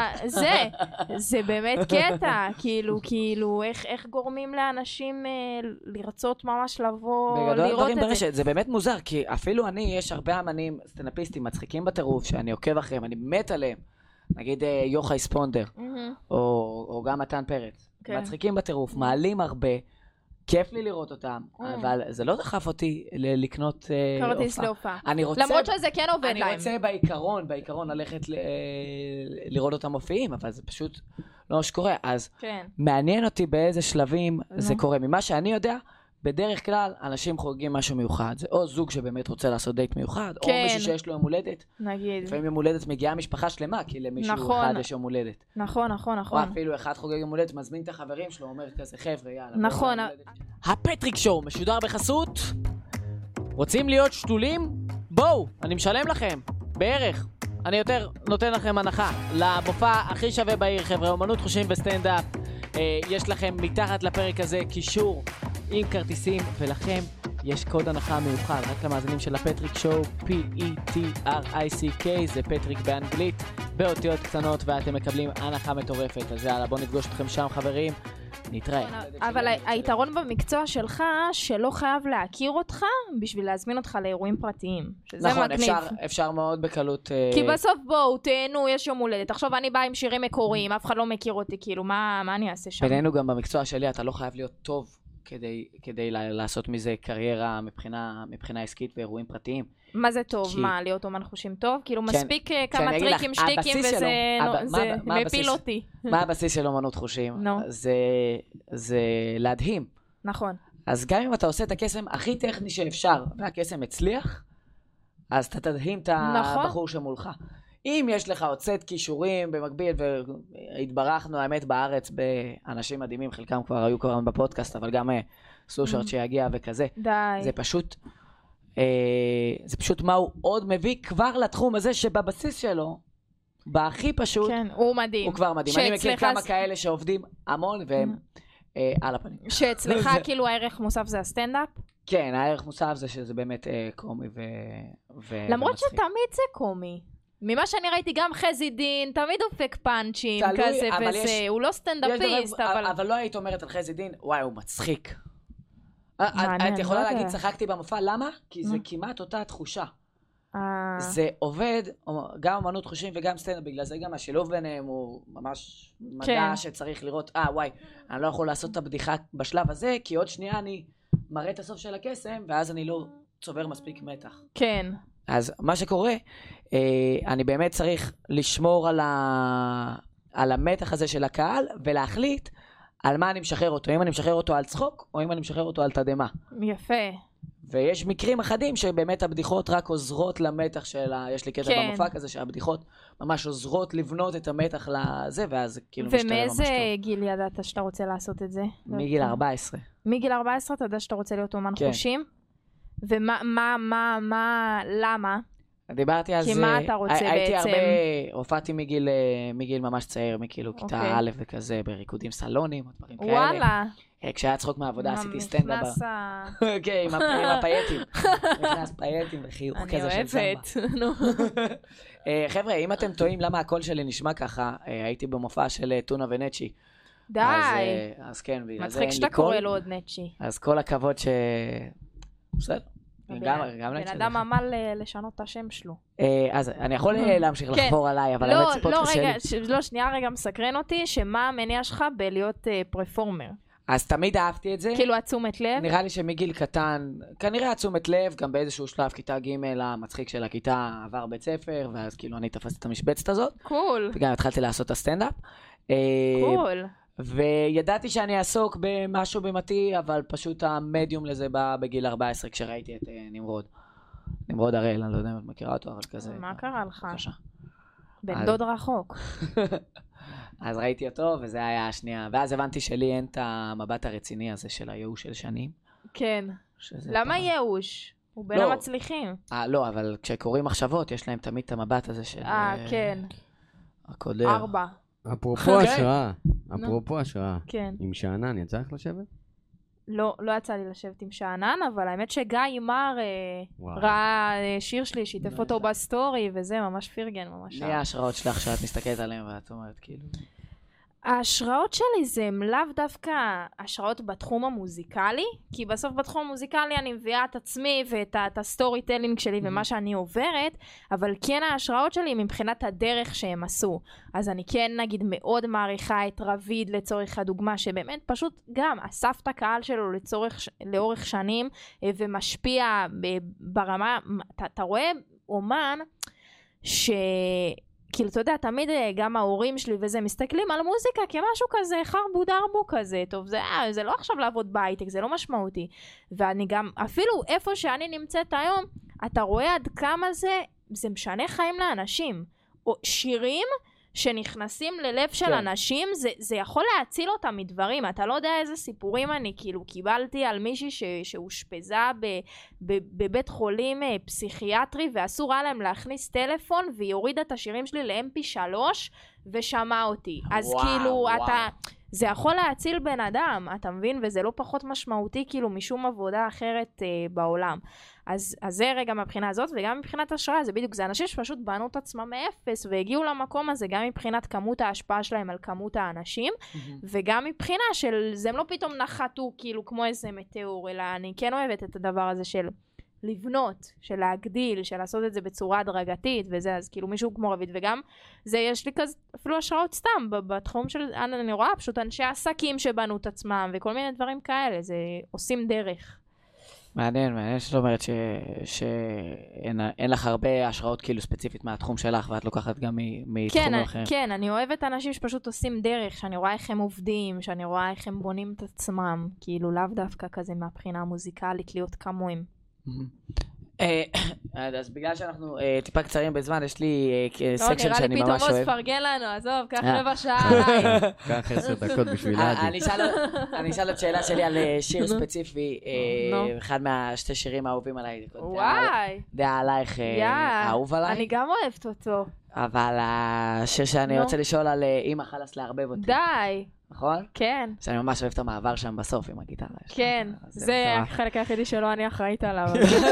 זה באמת קטע, כאילו, איך גורמים לאנשים לרצות ממש לבוא, בגדול לראות את זה. ברשת, זה באמת מוזר, כי אפילו אני, יש הרבה אמנים, סטנדאפיסטים, מצחיקים בטירוף, שאני עוקב אחריהם, אני מת עליהם. נגיד יוחאי ספונדר, או גם מתן פרץ. מצחיקים בטירוף, מעלים הרבה, כיף לי לראות אותם, אבל זה לא דחף אותי לקנות כרטיס להופעה. למרות שזה כן עובד להם. אני רוצה בעיקרון ללכת לראות אותם מופיעים, אבל זה פשוט לא שקורה. אז מעניין אותי באיזה שלבים זה קורה. ממה שאני יודע, בדרך כלל אנשים חוגגים משהו מיוחד. זה או זוג שבאמת רוצה לעשות דייט מיוחד, או מישהו שיש לו יום הולדת. נגיד. לפעמים יום הולדת מגיעה משפחה שלמה, כי למישהו אחד יש יום הולדת. נכון. או אפילו אחד חוגג יום הולדת, מזמין את החברים שלו, אומר כזה, חבר'ה, יאללה. נכון. הפטריק שואו משודר בחסות. רוצים להיות שתולים? בואו, אני משלם לכם. בערך. אני יותר נותן לכם הנחה. למופע הכי שווה בעיר, חבר'ה, אומנות חושים וסטנדאפ. יש לכם מתחת לפרק הזה קישור עם כרטיסים, ולכם יש קוד הנחה מיוחד רק למאזינים של הפטריק שואו, P-E-T-R-I-C-K, זה פטריק באנגלית, באותיות קטנות, ואתם מקבלים הנחה מטורפת. אז יאללה, בוא נפגוש אתכם שם חברים, נתראה. אבל היתרון במקצוע שלך, שלא חייב להכיר אותך בשביל להזמין אותך לאירועים פרטיים, שזה מגניב. נכון, אפשר מאוד בקלות... כי בסוף בואו, תהנו, יש יום הולדת. עכשיו אני באה עם שירים מקוריים, אף אחד לא מכיר אותי, כאילו, מה אני אעשה שם? בינינו גם במקצוע שלי, אתה לא חייב להיות טוב כדי לעשות מזה קריירה מבחינה עסקית ואירועים פרטיים. מה זה טוב? מה, להיות אומן חושים טוב? כאילו מספיק כמה טריקים, שטיקים, וזה מפיל אותי. מה הבסיס של אומנות חושים? זה להדהים. נכון. אז גם אם אתה עושה את הקסם הכי טכני שאפשר, והקסם הצליח, אז אתה תדהים את הבחור שמולך. אם יש לך עוד סט קישורים במקביל, והתברכנו האמת בארץ באנשים מדהימים, חלקם כבר היו כבר בפודקאסט, אבל גם סושרט שיגיע וכזה. די. זה פשוט מה הוא עוד מביא כבר לתחום הזה שבבסיס שלו, בהכי פשוט, כן, הוא מדהים. הוא כבר מדהים. אני מכיר כמה כאלה שעובדים המון והם על הפנים. שאצלך כאילו הערך מוסף זה הסטנדאפ? כן, הערך מוסף זה שזה באמת קומי למרות שתמיד זה קומי. ממה שאני ראיתי גם חזי דין, תמיד דופק פאנצ'ים כזה וזה, הוא לא סטנדאפיסט, אבל לא היית אומרת על חזי דין, וואי, הוא מצחיק. את יכולה להגיד, צחקתי במופע, למה? כי זה כמעט אותה התחושה. זה עובד, גם אמנות חושים וגם סטנדאפ, בגלל זה גם השילוב ביניהם הוא ממש מדע שצריך לראות, וואי, אני לא יכול לעשות את הבדיחה בשלב הזה, כי עוד שנייה אני מראה את הסוף של הקסם, ואז אני לא צובר מספיק מתח. כן. אז מה שקורה, אני באמת צריך לשמור על המתח הזה של הקהל, ולהחליט על מה אני משחרר אותו. אם אני משחרר אותו על צחוק, או אם אני משחרר אותו על תדמה. יפה. ויש מקרים אחדים שבאמת הבדיחות רק עוזרות למתח שלה, יש לי קטע במופע כזה שהבדיחות ממש עוזרות לבנות את המתח לזה, ואז כאילו משתלם ממש טוב. ומאיזה גיל ידעת שאתה רוצה לעשות את זה? מגיל 14. מגיל 14 אתה יודע שאתה רוצה להיות אומן חושים? ומה, למה? דיברתי על זה, כי מה אתה רוצה הייתי בעצם? הופעתי מגיל ממש צעיר, מכאילו כיתה א' וכזה, בריקודים סלונים, דברים כאלה. וואלה. כשהיה צחוק מהעבודה עשיתי סטנדאפ. כן, עם הפייטים. נכנס פייטים וחיוך כזה של סמבה. אני אוהבת. חבר'ה, אם אתם טועים למה הקול שלי נשמע ככה, הייתי במופע של טונה ונצ'י. די. אז כן, בגלל זה אין לי קול. מצחיק שאתה קורא לו עוד נצ'י. אז כל הכבוד בסדר. בן אדם עמל לשנות את השם שלו. אז אני יכול להמשיך לחפור עליי, אבל האמת שפודקאסט שלי. לא, שנייה רגע מסקרן אותי, שמה המניע שלך בלהיות פרפורמר? אז תמיד אהבתי את זה. כאילו עצומת לב? נראה לי שמגיל קטן, כנראה עצומת לב, גם באיזשהו שלב כיתה ג' המצחיק של הכיתה עבר בית ספר, ואז כאילו אני תפסתי את המשבצת הזאת. קול. וגם התחלתי לעשות את הסטנדאפ. קול. וידעתי שאני אעסוק במשהו בימתי, אבל פשוט המדיום לזה בא בגיל 14, כשראיתי את נמרוד. נמרוד הראל, אני לא יודע אם את מכירה אותו, אבל כזה. מה קרה לך? בבקשה. בן דוד רחוק. אז ראיתי אותו, וזה היה השנייה. ואז הבנתי שלי אין את המבט הרציני הזה של הייאוש של שנים. כן. למה ייאוש? הוא בין המצליחים. לא, אבל כשקוראים מחשבות, יש להם תמיד את המבט הזה של... כן. הקודר. 4. אפרופו השראה. כן. עם שאנן, יצא לך לשבת? לא יצא לי לשבת עם שאנן, אבל האמת שגיא מר ראה שיר שלי, שיתף אותו בסטורי, וזה ממש פירגן, ממש. מי ההשראות שלך שאת מסתכלת עליהן ואת אומרת כאילו? ההשראות שלי זה לאו דווקא השראות בתחום המוזיקלי, כי בסוף בתחום המוזיקלי אני מביאה את עצמי ואת הסטורי טלינג שלי ומה שאני עוברת, אבל כן ההשראות שלי מבחינת הדרך שהם עשו. אז אני כן נגיד מאוד מעריכה את רביד לצורך הדוגמה, שבאמת פשוט גם אסף את הקהל שלו לאורך שנים ומשפיע ברמה, אתה רואה אומן כאילו, אתה יודע, תמיד גם ההורים שלי וזה מסתכלים על מוזיקה כמשהו כזה, חרבו דרבו כזה, טוב, זה לא עכשיו לעבוד בהייטק, זה לא משמעותי. ואני גם, אפילו איפה שאני נמצאת היום, אתה רואה עד כמה זה משנה חיים לאנשים. או שירים שנכנסים ללב של אנשים, זה יכול להציל אותם מדברים. אתה לא יודע איזה סיפורים אני כאילו קיבלתי על מישהי שהושפזה בבית חולים פסיכיאטרי, ואסור היה להם להכניס טלפון, והיא הורידה את השירים שלי ל-MP3 ושמע אותי. אז כאילו אתה... זה יכול להציל בן אדם, אתה מבין? וזה לא פחות משמעותי כאילו משום עבודה אחרת בעולם. אז זה רגע מבחינה הזאת, וגם מבחינת השראה, זה בדיוק, זה אנשים שפשוט בנו את עצמם מאפס, והגיעו למקום הזה גם מבחינת כמות ההשפעה שלהם על כמות האנשים, וגם מבחינה של, זה הם לא פתאום נחתו כאילו כמו איזה מטאור, אלא אני כן אוהבת את הדבר הזה של לבנות, של להגדיל, של לעשות את זה בצורה הדרגתית, וזה, אז כאילו מישהו כמו רביד, וגם זה יש לי כזה, אפילו השראות סתם, בתחום של, אני רואה פשוט אנשי עסקים שבנו את עצמם, וכל מיני דברים כאלה, זה עושים דרך. מעניין שאת אומרת שאין לך הרבה השראות כאילו ספציפית מהתחום שלך, ואת לוקחת גם מתחום אחר. כן, אני אוהבת אנשים שפשוט עושים דרך, שאני רואה איך הם עובדים, שאני רואה איך הם בונים את עצמם, כאילו לאו דווקא כזה מהבחינה המוזיקלית להיות כמוהם. אז בגלל שאנחנו טיפה קצרים בזמן, יש לי סקשן שאני ממש אוהב. נראה לי פתאום עוז פרגן לנו, עזוב, קח רבע שעה עליי. קח 10 דקות בשביל עדי. אני אשאל את שאלה שלי על שיר ספציפי, אחד מהשתי שירים האהובים עליי. וואי. דעה עלייך אהוב עליי. אני גם אוהבת אותו. אבל השיר שאני רוצה לשאול על אמא חלאס לערבב אותי. די. נכון? כן. שאני ממש אוהב את המעבר שם בסוף עם הגיטרה. כן, זה החלק היחידי שלא אני אחראית עליו.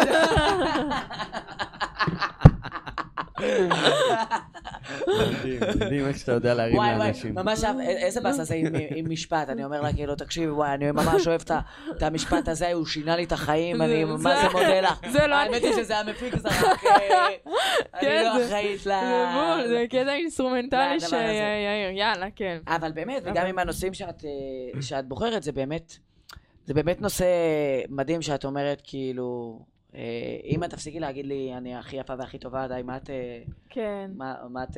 מדהים איך שאתה יודע להרים לאנשים. ממש איזה באסה זה עם משפט, אני אומר לה כאילו תקשיבי וואי אני ממש אוהב את המשפט הזה, הוא שינה לי את החיים, אני מה זה מודה לך. האמת היא שזה המפיק, זה רק אני לא אחראית לה. זה קטע אינסטרומנטלי יאללה כן. אבל באמת וגם עם הנושאים שאת בוחרת, זה באמת נושא מדהים שאת אומרת כאילו אם את תפסיקי להגיד לי אני הכי יפה והכי טובה, די, מה את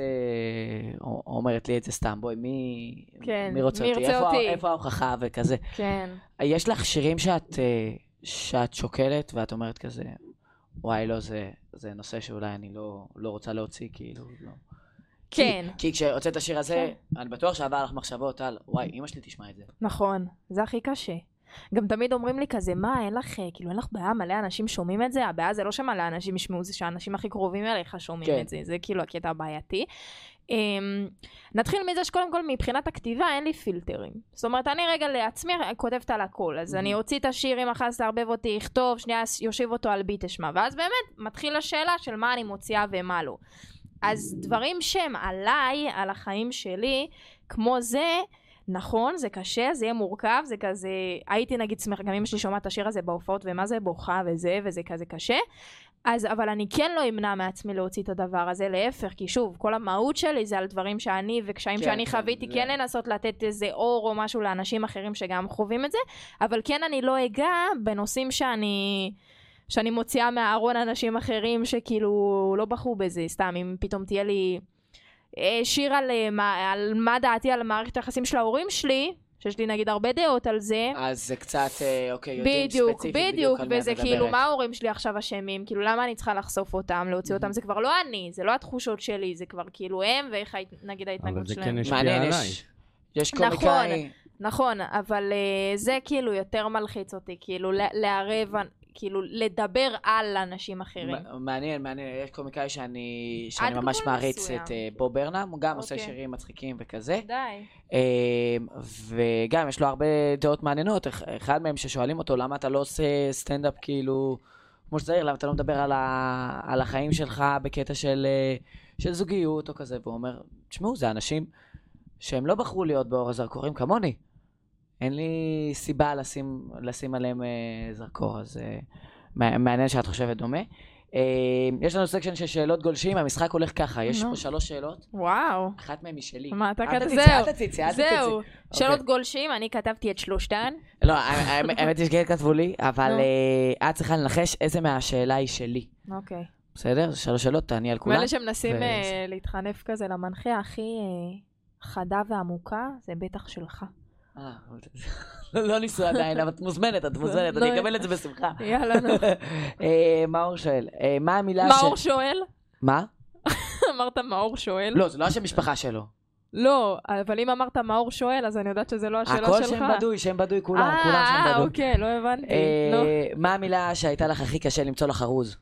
אומרת לי את זה סתם, בואי, מי רוצה אותי? איפה ההוכחה וכזה? כן. יש לך שירים שאת שוקלת ואת אומרת כזה, וואי לא, זה נושא שאולי אני לא רוצה להוציא, כאילו, לא. כן. כי כשהוצאת את השיר הזה, אני בטוח שעבר לך מחשבות על, וואי, אמא שלי תשמע את זה. נכון, זה הכי קשה. גם תמיד אומרים לי כזה, מה, אין לך בעיה, מלא אנשים שומעים את זה, הבעיה זה לא שמלא אנשים ישמעו, זה שהאנשים הכי קרובים אליך שומעים את זה, זה כאילו הקטע הבעייתי. נתחיל מזה שקודם כל מבחינת הכתיבה אין לי פילטרים, זאת אומרת אני רגע לעצמי כותבת על הכל, אז אני אוציא את השיר עם החלאס לערבב אותי, אכתוב, שנייה יושיב אותו על ביט אשמה, ואז באמת מתחיל השאלה של מה אני מוציאה ומה לא. אז דברים שהם עליי, על החיים שלי, כמו זה, נכון, זה קשה, זה יהיה מורכב, זה כזה, הייתי נגיד שמח, גם אמא שלי שומעת את השיר הזה בהופעות, ומה זה בוכה וזה כזה קשה, אז, אבל אני כן לא אמנע מעצמי להוציא את הדבר הזה, להפך, כי שוב, כל המהות שלי זה על דברים שאני וקשיים שאני חוויתי, כן לנסות לתת איזה אור או משהו לאנשים אחרים שגם חווים את זה, אבל כן אני לא אגע בנושאים שאני מוציאה מהארון אנשים אחרים שכאילו לא בחרו בזה, סתם אם פתאום תהיה לי שיר על מה דעתי על מערכת היחסים של ההורים שלי, שיש לי נגיד הרבה דעות על זה. אז זה קצת, אוקיי, יודעים ספציפית בדיוק על מה וזה כאילו מה ההורים שלי עכשיו אשמים, כאילו למה אני צריכה לחשוף אותם, להוציא אותם, זה כבר לא אני, זה לא התחושות שלי, זה כבר כאילו הם ואיך נגיד ההתנגדות שלהם. אבל זה כן השפיע עליי. יש קומיקאי. נכון, אבל זה כאילו יותר מלחיץ אותי, כאילו לערב, כאילו לדבר על אנשים אחרים. מעניין, יש קומיקאי שאני ממש מעריץ את בוב ברנם, הוא גם עושה שירים מצחיקים וכזה. די. וגם יש לו הרבה דעות מעניינות, אחד מהם ששואלים אותו למה אתה לא עושה סטנדאפ כאילו כמו שצריך, למה אתה לא מדבר על החיים שלך בקטע של זוגיות או כזה, והוא אומר, תשמעו, זה אנשים שהם לא בחרו להיות באור הזרקורים כמוני. אין לי סיבה לשים עליהם זרקור, אז מעניין שאת חושבת דומה. יש לנו סקשן של שאלות גולשים, המשחק הולך ככה, יש פה 3 שאלות. וואו. אחת מהן משלי. מה אתה כתב? זהו. שאלות גולשים, אני כתבתי את 3. לא, האמת היא שכן כתבו לי, אבל את צריכה לנחש איזה מהשאלה היא שלי. אוקיי. בסדר? 3 שאלות, תעני על כולם. מאלה שמנסים להתחנף כזה למנחה הכי חדה ועמוקה, זה בטח שלך. לא ניסו עדיין, אבל את מוזמנת, אני אקבל את זה בשמחה. יאללה, נו. מאור שואל, מה המילה מאור שואל? מה? אמרת מאור שואל? לא, זה לא השם משפחה שלו. לא, אבל אם אמרת מאור שואל, אז אני יודעת שזה לא השאלה שלך. הכל שם בדוי, כולם שם בדוי. אוקיי, לא הבנתי. מה המילה שהייתה לך הכי קשה למצוא לך חרוז?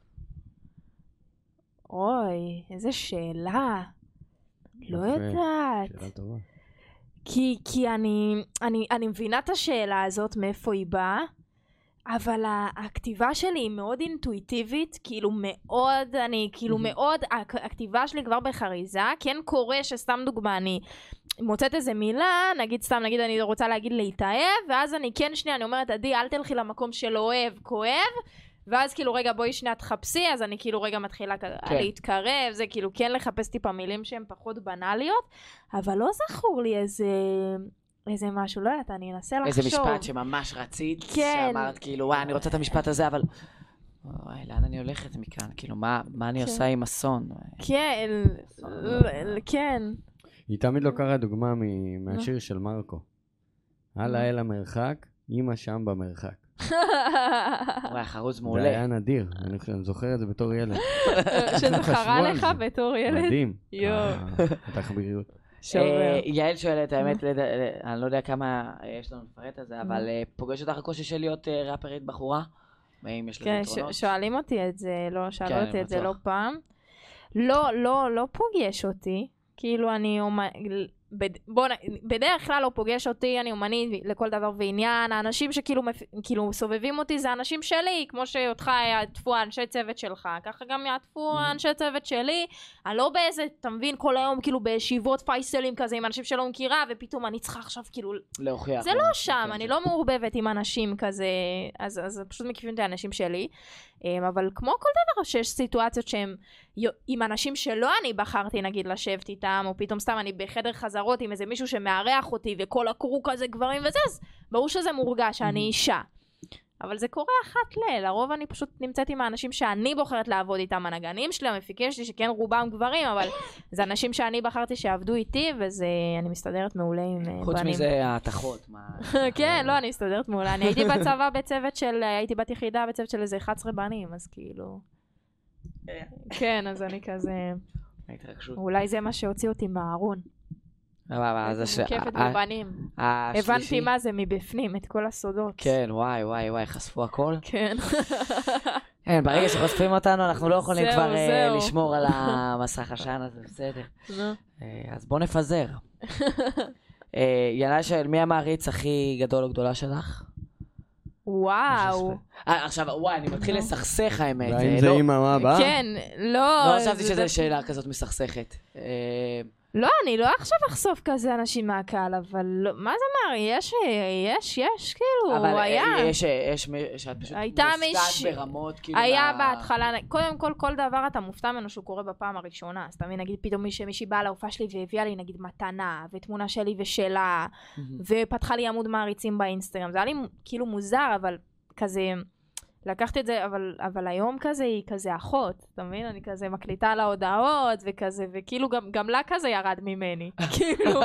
אוי, איזה שאלה. לא יודעת. שאלה טובה. כי אני מבינה את השאלה הזאת, מאיפה היא באה, אבל הכתיבה שלי היא מאוד אינטואיטיבית, כאילו מאוד, אני כאילו מאוד, הכתיבה שלי כבר בחריזה, כן קורה שסתם דוגמה, אני מוצאת איזה מילה, נגיד סתם, נגיד אני רוצה להגיד להתאהב, ואז אני כן שנייה, אני אומרת, עדי, אל תלכי למקום של אוהב, כואב, ואז כאילו רגע בואי שנייה תחפשי, אז אני כאילו רגע מתחילה להתקרב, זה כאילו כן לחפש טיפה מילים שהן פחות בנאליות, אבל לא זכור לי איזה משהו, לא יודעת, אני אנסה לחשוב. איזה משפט שממש רצית, כן. שאמרת כאילו, וואי, אני רוצה את המשפט הזה, אבל וואי, לאן אני הולכת מכאן? כאילו, מה אני עושה עם אסון? כן, כן. היא תמיד לוקחת דוגמה מהשיר של מרקו. הלאה אל המרחק, אמא שם במרחק. וואי, חרוז מעולה. זה היה נדיר, אני זוכר את זה בתור ילד. שזכרה לך בתור ילד. מדהים. יואו. התחביריות. יעל שואלת, האמת, אני לא יודע כמה יש לנו לפרט על זה, אבל פוגש אותך הקושי של להיות ראפרית בחורה? האם יש לזה יתרונות? כן, שואלים אותי את זה, לא, שאלו אותי את זה לא פעם. לא פוגש אותי. כאילו אני בדרך כלל לא פוגש אותי, אני אומנית לכל דבר ועניין, האנשים שכאילו סובבים אותי זה אנשים שלי, כמו שאותך יעטפו האנשי צוות שלך, ככה גם יעטפו האנשי צוות שלי, אני לא באיזה, אתה מבין, כל היום כאילו בישיבות פייסלים כזה עם אנשים שלא מכירה, ופתאום אני צריכה עכשיו כאילו, להוכיח. זה לא שם, אני לא מעורבבת עם אנשים כזה, אז פשוט מקיפים את האנשים שלי, אבל כמו כל דבר שיש סיטואציות שהם עם אנשים שלא אני בחרתי נגיד לשבת איתם, או פתאום סתם אני בחדר חזרות עם איזה מישהו שמארח אותי וכל הקרו כזה גברים וזה, אז ברור שזה מורגש שאני אישה. אבל זה קורה אחת לרוב אני פשוט נמצאת עם האנשים שאני בוחרת לעבוד איתם, הנגנים שלי, המפיקי שלי, שכן רובם גברים, אבל זה אנשים שאני בחרתי שעבדו איתי, וזה, אני מסתדרת מעולה עם בנים. חוץ מזה, התחות. כן, לא, אני מסתדרת מעולה. אני הייתי בצבא בצוות של, הייתי בת יחידה בצוות של איזה 11 בנים, אז כאילו... כן, אז אני כזה... אולי זה מה שהוציא אותי מהארון. מוקפת בבנים. הבנתי מה זה מבפנים, את כל הסודות. כן, וואי, חשפו הכל. כן. כן, ברגע שחושפים אותנו, אנחנו לא יכולים כבר לשמור על המסך השען הזה, בסדר. אז בוא נפזר. ינאי שואל, מי המעריץ הכי גדול או גדולה שלך? וואו. עכשיו, וואי, אני מתחיל לסכסך האמת. האם זה אימא מה הבאה? כן, לא. לא חשבתי שזו שאלה כזאת מסכסכת. לא, אני לא עכשיו אחשוף כזה אנשים מהקהל, אבל מה זה אומר? יש, כאילו, אבל היה. אבל יש שאת פשוט מופתעת ברמות, כאילו... היה בהתחלה, קודם כל דבר אתה מופתע ממנו שהוא קורה בפעם הראשונה, אז תמיד נגיד פתאום מישהי באה להופעה שלי והביאה לי נגיד מתנה, ותמונה שלי ושלה, ופתחה לי עמוד מעריצים באינסטגרם, זה היה לי כאילו מוזר, אבל כזה... לקחתי את זה, אבל היום כזה היא כזה אחות, אתה מבין? אני כזה מקליטה על ההודעות וכזה, וכאילו גם לה כזה ירד ממני. כאילו,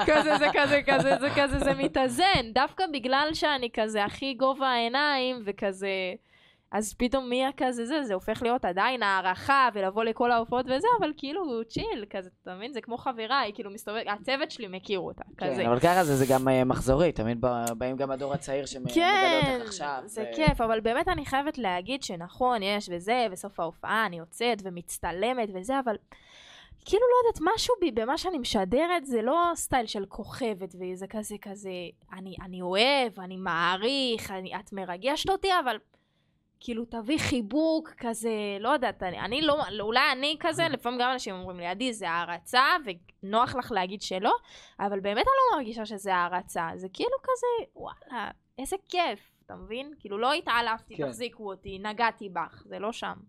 כזה, זה מתאזן. דווקא בגלל שאני כזה הכי גובה העיניים וכזה, אז פתאום מי כזה זה הופך להיות עדיין הערכה ולבוא לכל ההופעות וזה, אבל כאילו צ'יל, כזה, אתה מבין? זה כמו חברה, היא כאילו מסתובבת, הצוות שלי מכיר אותה, כזה. כן, אבל ככה זה גם מחזורי, תמיד באים גם הדור הצעיר שמגלה אותך עכשיו. כן, זה כיף, אבל באמת אני חייבת להגיד שנכון, יש וזה, בסוף ההופעה אני יוצאת ומצטלמת וזה, אבל כאילו לא יודעת, משהו בי, במה שאני משדרת, זה לא סטייל של כוכבת, וזה כזה, אני אוהב, אני מעריך, את מרגשת אותי, אבל... כאילו תביא חיבוק כזה, לא יודעת, אני לא, אולי אני כזה, לפעמים גם אנשים אומרים לי, עדי, זה הערצה, ונוח לך להגיד שלא, אבל באמת אני לא מרגישה שזה הערצה, זה כאילו כזה, וואלה, איזה כיף, אתה מבין? כאילו לא התעלפתי, כן. תחזיקו אותי, נגעתי בך, זה לא שם.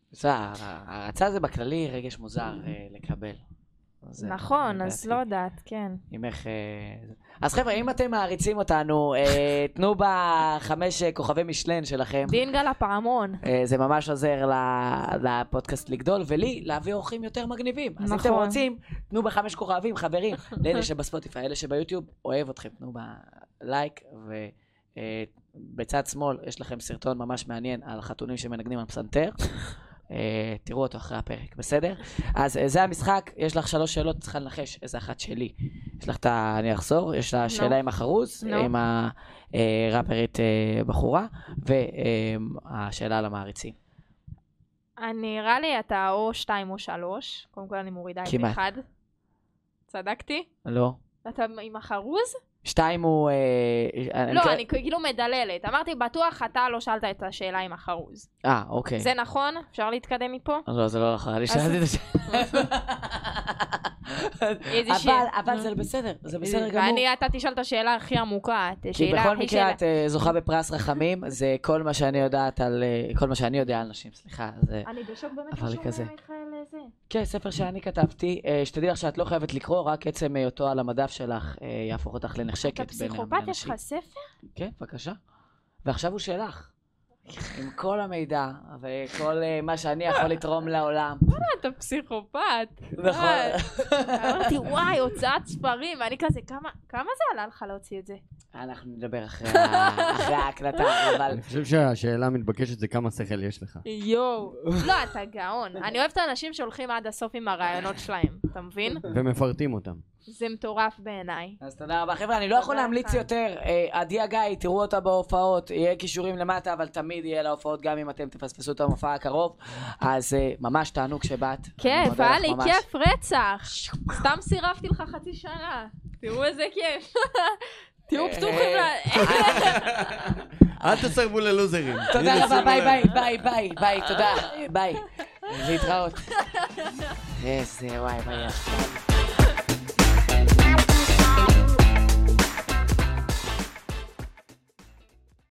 הערצה זה בכללי רגש מוזר לקבל. נכון, אז לא יודעת, כן. אז חבר'ה, אם אתם מעריצים אותנו, תנו בה 5 כוכבי משלן שלכם. דינגה לפעמון. זה ממש עוזר לפודקאסט לגדול, ולי להביא אורחים יותר מגניבים. אז אם אתם רוצים, תנו בה 5 כוכבים, חברים. לאלה שבספוטיפיי, אלה שביוטיוב, אוהב אתכם. תנו בה לייק, ובצד שמאל יש לכם סרטון ממש מעניין על חתונים שמנגנים על פסנתר. תראו אותו אחרי הפרק, בסדר? אז זה המשחק, יש לך 3 שאלות, צריכה לנחש איזה אחת שלי. יש לך אני אחזור, יש לה שאלה עם החרוז, עם הראפרית בחורה, והשאלה על המעריצים. נראה לי אתה או 2 או 3, קודם כל אני מורידה את 1. צדקתי? לא. אתה עם החרוז? 2 הוא... לא, אני כאילו מדללת. אמרתי, בטוח אתה לא שאלת את השאלה עם החרוז. אוקיי. זה נכון? אפשר להתקדם מפה? לא, זה לא נכון. אני שאלתי את השאלה. אבל זה בסדר, זה בסדר גמור. אתה תשאל את השאלה הכי עמוקה. כי בכל מקרה את זוכה בפרס רחמים, זה כל מה שאני יודעת על... כל מה שאני יודע על נשים, סליחה. אני בשוק באמת לשומע מיכאל זה. כן, ספר שאני כתבתי, שתדעי לך שאת לא חייבת לקרוא, רק עצם אותו על המדף שלך יהפוך אותך לנחשקת. אתה פסיכופת, יש לך ספר? כן, בבקשה. ועכשיו הוא שלך. עם כל המידע וכל מה שאני יכול לתרום לעולם. אתה פסיכופת. נכון. אמרתי, וואי, הוצאת ספרים, ואני כזה, כמה זה עלה לך להוציא את זה? אנחנו נדבר אחרי ההקלטה, אבל... אני חושב שהשאלה המתבקשת זה כמה שכל יש לך. יואו. לא, אתה גאון. אני אוהבת האנשים שהולכים עד הסוף עם הרעיונות שלהם, אתה מבין? ומפרטים אותם. זה מטורף בעיניי. אז תודה רבה. חבר'ה, אני לא יכול להמליץ יותר. עדי הגיא, תראו אותה בהופעות, יהיה קישורים למטה, אבל תמיד יהיה להופעות גם אם אתם תפספסו את המופע הקרוב. אז ממש תענוג שבאת. כיף, היה לי כיף רצח. סתם סירבתי לך חצי שנה. תראו איזה כיף. תהיו פתוחים אל תסרבו ללוזרים. תודה רבה, ביי, תודה, ביי. להתראות. איזה וואי, ביי.